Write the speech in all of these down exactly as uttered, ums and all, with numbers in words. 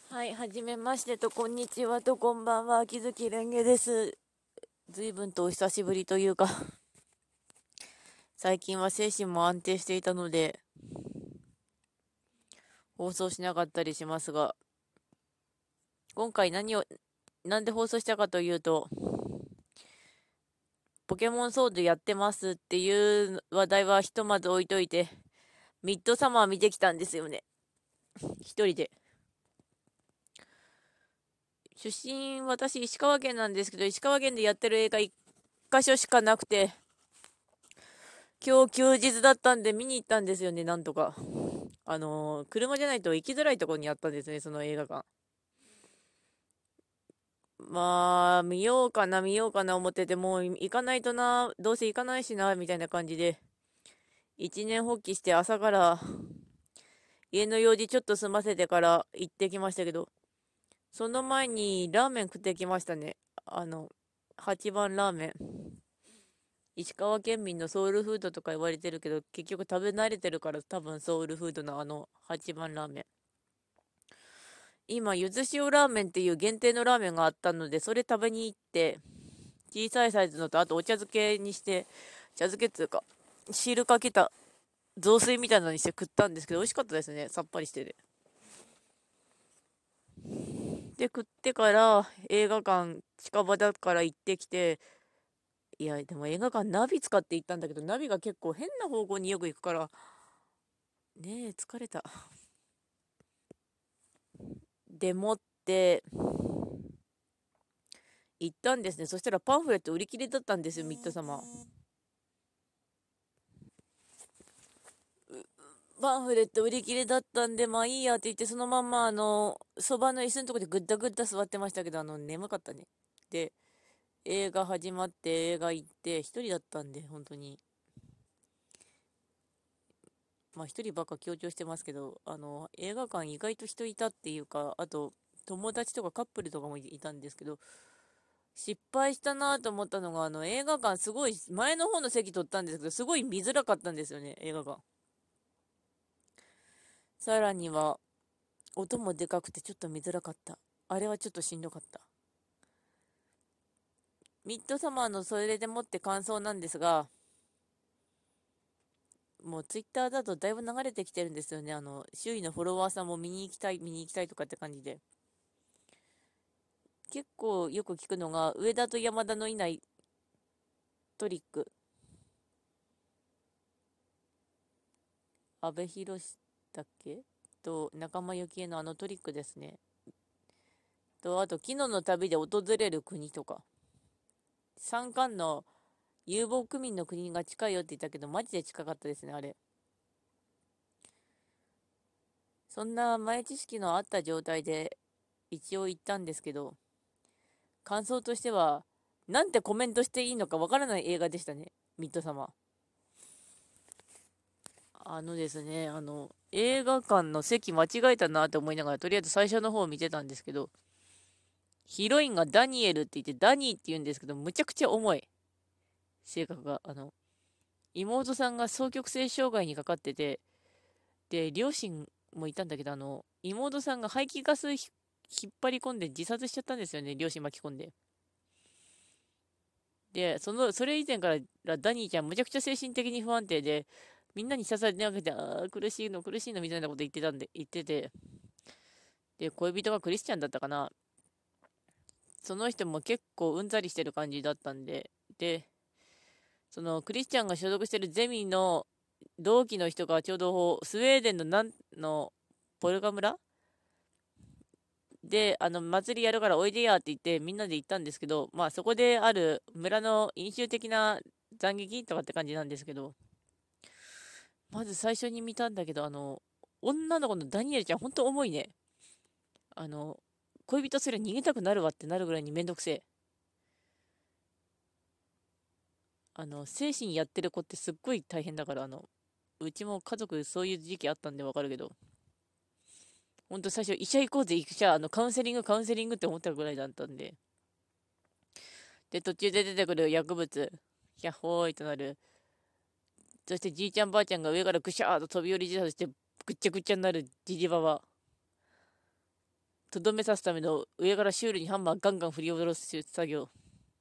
はい、はじめましてと、こんにちはと、こんばんは、秋月蓮華です。随分とお久しぶりというか、最近は精神も安定していたので、放送しなかったりしますが、今回何を、なんで放送したかというと、ポケモンソードやってますっていう話題はひとまず置いといて、ミッドサマー見てきたんですよね。一人で。出身、私、石川県なんですけど、石川県でやってる映画一箇所しかなくて、今日休日だったんで見に行ったんですよね、なんとか。あのー車じゃないと行きづらいところにあったんですね、その映画館。まあ、見ようかな、見ようかな思ってて、もう行かないとな、どうせ行かないしな、みたいな感じで、一年発起して朝から家の用事ちょっと済ませてから行ってきましたけど、その前にラーメン食ってきましたね。あの、八番ラーメン。石川県民のソウルフードとか言われてるけど、結局食べ慣れてるから多分ソウルフードのあの八番ラーメン。今、ゆず塩ラーメンっていう限定のラーメンがあったので、それ食べに行って、小さいサイズのと、あとお茶漬けにして、茶漬けっていうか、汁かけた雑炊みたいなのにして食ったんですけど、美味しかったですね。さっぱりしてて。で、食ってから映画館、近場だから行ってきて、いや、でも映画館ナビ使って行ったんだけど、ナビが結構変な方向によく行くから、ねえ、疲れた。でもって行ったんですね。そしたらパンフレット売り切れだったんですよ、ミッド様。パンフレット売り切れだったんで、まあいいやって言って、そのまんま、あの、そばの椅子のとこでぐったぐった座ってましたけど、あの、眠かったね。で、映画始まって、映画行って、一人だったんで、本当に。まあ一人ばっか強調してますけど、あの、映画館意外と人いたっていうか、あと、友達とかカップルとかもいたんですけど、失敗したなと思ったのが、あの、映画館すごい、前の方の席取ったんですけど、すごい見づらかったんですよね、映画館。さらには、音もでかくてちょっと見づらかった。あれはちょっとしんどかった。ミッドサマーのそれでもって感想なんですが、もうツイッターだとだいぶ流れてきてるんですよね。あの、周囲のフォロワーさんも見に行きたい、見に行きたいとかって感じで。結構よく聞くのが、上田と山田のいないトリック。阿部寛だっけと、仲間由紀恵のあのトリックですね。と、あと、昨日の旅で訪れる国とか。三冠の遊牧民の国が近いよって言ったけど、マジで近かったですね、あれ。そんな前知識のあった状態で一応言ったんですけど、感想としては、なんてコメントしていいのかわからない映画でしたね。ミッドサマー。あのですね、あの、映画館の席間違えたなって思いながら、とりあえず最初の方を見てたんですけど、ヒロインがダニエルって言って、ダニーって言うんですけど、むちゃくちゃ重い。性格が。あの、妹さんが双極性障害にかかってて、で、両親もいたんだけど、あの、妹さんが排気ガスひ引っ張り込んで自殺しちゃったんですよね、両親巻き込んで。で、その、それ以前からダニーちゃんむちゃくちゃ精神的に不安定で、みんなに支えてあげて、ああ、苦しいの、苦しいのみたいなこと言ってたんで、言ってて、で、恋人がクリスチャンだったかな。その人も結構うんざりしてる感じだったんで、で、そのクリスチャンが所属してるゼミの同期の人がちょうどスウェーデンのなんのポルガ村で、あの、祭りやるからおいでやって言ってみんなで行ったんですけど、まあそこである村の飲酒的な斬撃とかって感じなんですけど、まず最初に見たんだけど、あの、女の子のダニエルちゃんほんと重いね。あの、恋人すら逃げたくなるわってなるぐらいにめんどくせえ。あの、精神やってる子ってすっごい大変だから、あの、うちも家族そういう時期あったんでわかるけど、ほんと最初医者行こうぜ、医者、あの、カウンセリング、カウンセリングって思ったぐらいだったんで、で、途中で出てくる薬物、ヒャッホーイとなる。そしてじいちゃんばあちゃんが上からぐしゃーと飛び降り自殺してぐっちゃぐちゃになるじじばば。 とどめさすための上からシュールにハンマーガンガン振り下ろす作業。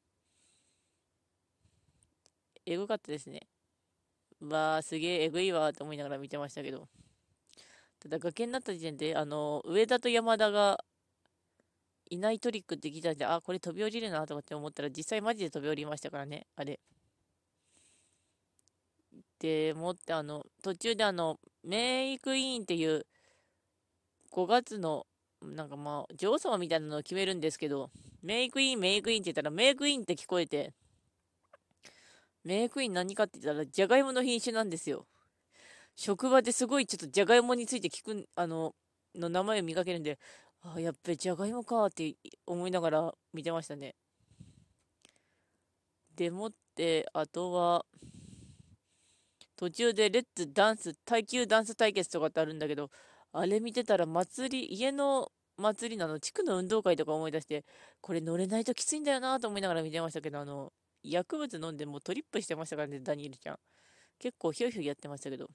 エグかったですね。わあ、すげえエグいわーって思いながら見てましたけど。ただ崖になった時点で、あの、上田と山田がいないトリックって聞いたんで、あ、これ飛び降りるなとかって思ったら、実際マジで飛び降りましたからね、あれ。で、もって、あの、途中であの、メイクイーンっていうごがつの、なんかまあ、女王様みたいなのを決めるんですけど、メイクイーン、メイクイーンって言ったら、メイクイーンって聞こえて、メイクイーン何かって言ったら、じゃがいもの品種なんですよ。職場ですごいちょっとじゃがいもについて聞く、あの、の名前を見かけるんで、あ、やっぱりじゃがいもかって思いながら見てましたね。でもって、あとは、途中でレッツダンス、耐久ダンス対決とかってあるんだけど、あれ見てたら祭り、家の祭りなの、地区の運動会とか思い出して、これ乗れないときついんだよなと思いながら見てましたけど、あの、薬物飲んでもうトリップしてましたからね、ダニエルちゃん。結構ひょいひょいやってましたけど。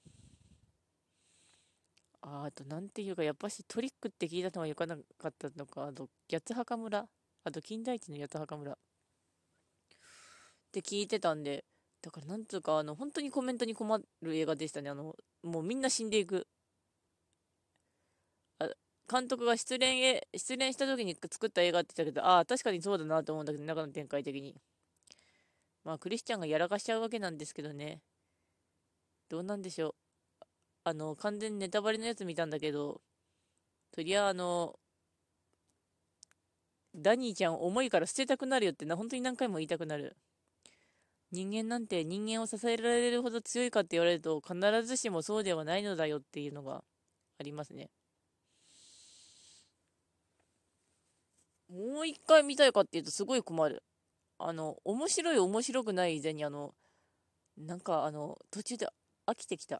ああと、なんていうか、やっぱしトリックって聞いたのはよかなかったのか、あと、八つ墓村、あと、金田一の八つ墓村って聞いてたんで、だからなんつうか、あの、本当にコメントに困る映画でしたね。あの、もうみんな死んでいく。あ、監督が失恋へ、失恋した時に作った映画って言ったけど、ああ、確かにそうだなと思うんだけど、中の展開的に。まあ、クリスチャンがやらかしちゃうわけなんですけどね。どうなんでしょう。あの、完全にネタバレのやつ見たんだけど、とりあえずあの、ダニーちゃん重いから捨てたくなるよってな、本当に何回も言いたくなる。人間なんて人間を支えられるほど強いかって言われると必ずしもそうではないのだよっていうのがありますね。もう一回見たいかっていうとすごい困る。あの、面白い面白くない以前にあの、なんかあの、途中で飽きてきた。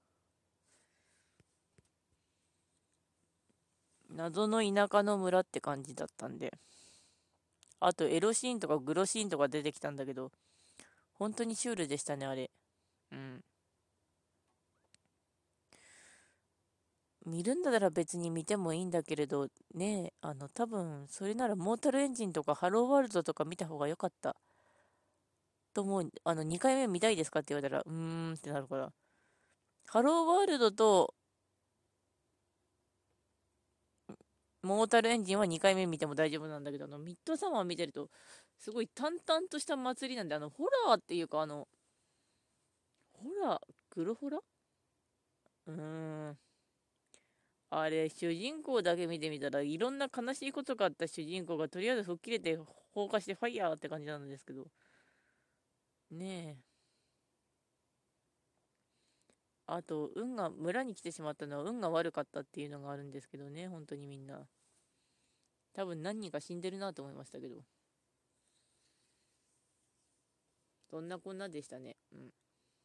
謎の田舎の村って感じだったんで。あとエロシーンとかグロシーンとか出てきたんだけど、本当にシュールでしたね、あれ。うん。見るんだったら別に見てもいいんだけれど、ねえ、あの、多分、それならモータルエンジンとかハローワールドとか見た方が良かったと思う。あの、にかいめ見たいですかって言われたら、うーんってなるから。ハローワールドとモータルエンジンはにかいめ見ても大丈夫なんだけど、あの、ミッドサマー見てると、すごい淡々とした祭りなんで、あの、ホラーっていうか、あの、ホラー、グロホラうーん。あれ、主人公だけ見てみたらいろんな悲しいことがあった主人公がとりあえず吹っ切れて放火してファイヤーって感じなんですけど。ねえ。あと、運が、村に来てしまったのは運が悪かったっていうのがあるんですけどね、本当にみんな。多分何人か死んでるなと思いましたけど。そんなこんなでしたね。うん。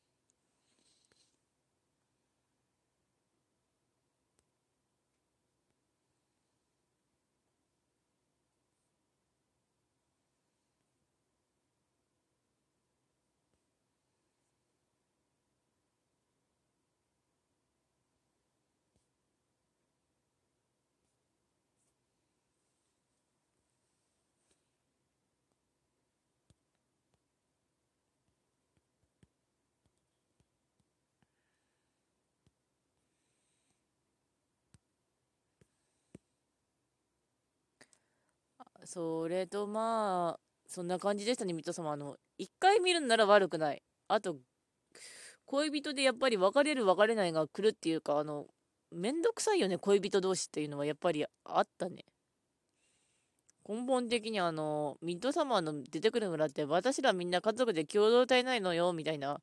それとまあ、そんな感じでしたね、ミッドサマーの。一回見るんなら悪くない。あと、恋人でやっぱり別れる別れないが来るっていうか、あの、めんどくさいよね、恋人同士っていうのはやっぱりあったね。根本的にあの、ミッドサマーの出てくる村って私らみんな家族で共同体ないのよ、みたいな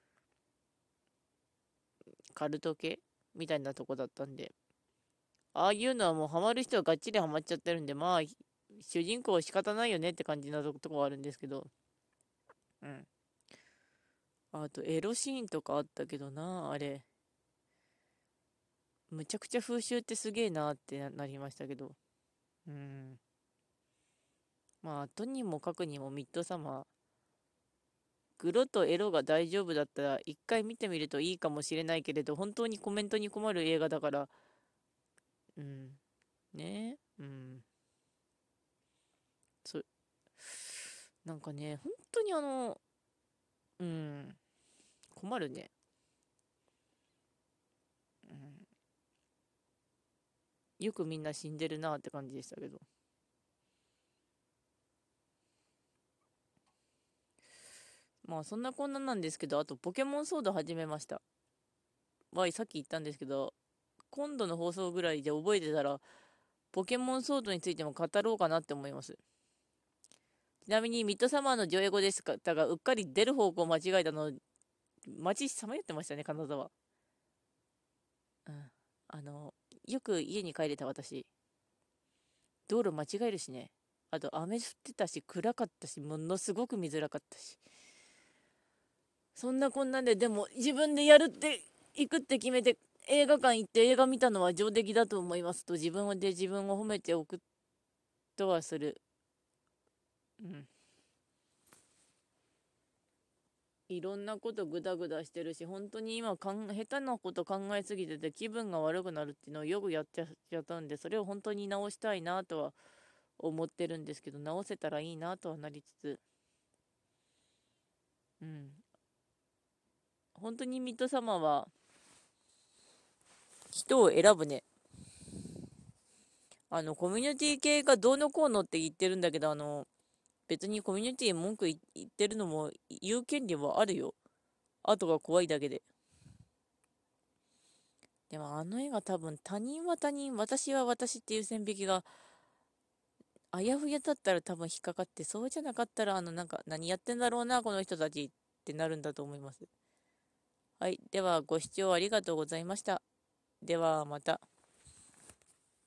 カルト系みたいなとこだったんで。ああいうのはもうハマる人はがっちりハマっちゃってるんで、まあ、主人公は仕方ないよねって感じのととこはあるんですけど。うん。あと、エロシーンとかあったけどな、あれ。むちゃくちゃ風習ってすげえなってななりましたけど。うん。まあ、とにもかくにもミッドサマー。グロとエロが大丈夫だったら一回見てみるといいかもしれないけれど、本当にコメントに困る映画だから、うん。ね。うん。 なんかね、本当にあの、うん、困るね。うん、よくみんな死んでるなって感じでしたけど。まあそんなこんななんですけど、あとポケモンソード始めました。わい、さっき言ったんですけど、今度の放送ぐらいで覚えてたら、ポケモンソードについても語ろうかなって思います。ちなみに、ミッドサマーの上映後ですが、うっかり出る方向を間違えたの、街さまよってましたね、金沢。うん。あの、よく家に帰れた私、道路間違えるしね。あと、雨降ってたし、暗かったし、ものすごく見づらかったし。そんなこんなんで、でも、自分でやるって、行くって決めて、映画館行って映画見たのは上出来だと思いますと、自分で自分を褒めておくとはする。うん。いろんなことグダグダしてるし、本当に今かん、下手なこと考えすぎてて気分が悪くなるっていうのをよくやっちゃちゃったんで、それを本当に直したいなとは思ってるんですけど、直せたらいいなとはなりつつ、うん。本当にミッドサマーは人を選ぶね。あの、コミュニティ系がどうのこうのって言ってるんだけど、あの、別にコミュニティに文句言ってるのも言う権利はあるよ。後が怖いだけで。でもあの映画多分他人は他人、私は私っていう線引きがあやふやだったら多分引っかかって、そうじゃなかったら、あの、なんか、何やってんだろうな、この人たちってなるんだと思います。はい。では、ご視聴ありがとうございました。では、また。